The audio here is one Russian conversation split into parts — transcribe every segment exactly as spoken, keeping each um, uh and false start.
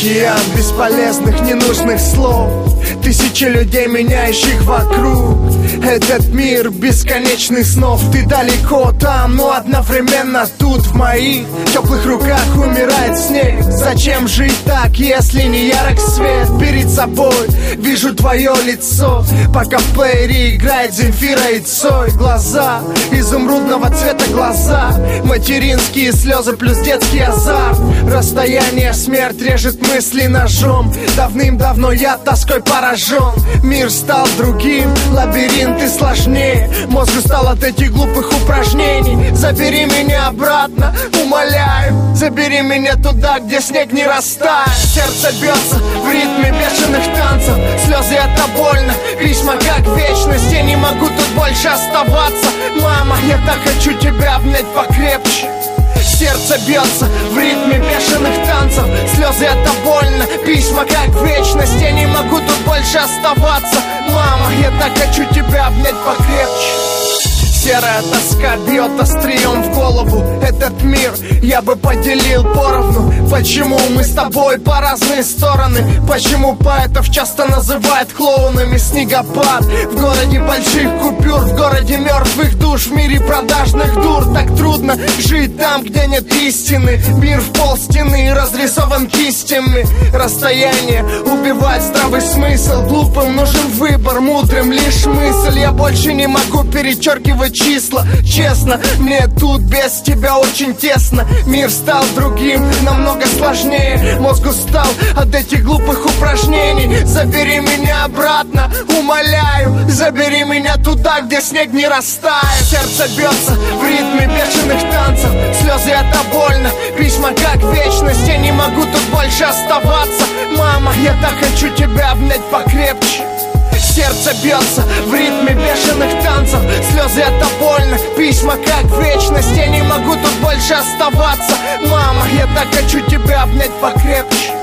океан бесполезных, ненужных слов, тысячи людей, меняющих вокруг этот мир бесконечных снов. Ты далеко там, но одновременно тут. В моих теплых руках умирает снег. Зачем жить так, если не ярок свет? Перед собой вижу твое лицо, пока в плеере играет Земфира и Цой. Глаза изумрудного цвета, глаза, материнские слезы плюс детский азарт. Расстояние, смерть режет мысли ножом. Давным-давно я тоской поражен. Мир стал другим, лабиринты сложнее. Мозг устал от этих глупых упражнений. Забери меня обратно, умоляю. Забери меня туда, где снег не растает. Сердце бьется в ритме бешеных танцев. Слезы это больно, письма как вечность. Я не могу тут больше оставаться. Мама, я так хочу тебя обнять покрепче. Сердце бьется в ритме бешеных танцев. Слезы это больно, письма как вечность. Я не могу тут больше оставаться. Мама, я так хочу тебя обнять покрепче. Серая тоска бьет острием в голову. Этот мир я бы поделил поровну. Почему мы с тобой по разные стороны? Почему поэтов часто называют клоунами? Снегопад в городе больших купюр, в городе мертвых душ, в мире продажных дур. Так трудно жить там, где нет истины. Мир в полстены разрисован кистями. Расстояние убивает здравый смысл. Глупым нужен выбор, мудрым лишь мысль. Я больше не могу перечеркивать числа. Честно, мне тут без тебя очень тесно. Мир стал другим, намного сложнее. Мозг устал от этих глупых упражнений. Забери меня обратно, умоляю. Забери меня туда, где снег не растает. Сердце бьется в ритме бешеных танцев. Слезы это больно, письма как вечность. Я не могу тут больше оставаться. Мама, я так хочу тебя обнять покрепче. Сердце бьется в ритме бешеных танцев. Слезы это больно, письма как вечность. Я не могу тут больше оставаться. Мама, я так хочу тебя обнять покрепче.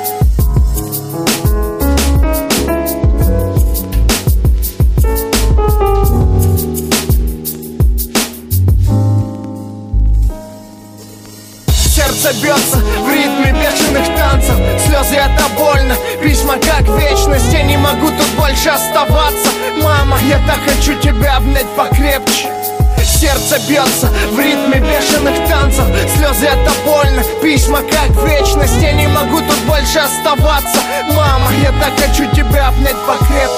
Сердце бьется в ритме бешеных танцев. Слезы это больно, письма как вечность. Я не могу тут больше оставаться. Мама, я так хочу тебя обнять покрепче. Сердце бьется в ритме бешеных танцев. Слезы это больно, письма как вечность. Я не могу тут больше оставаться. Мама, я так хочу тебя обнять покрепче.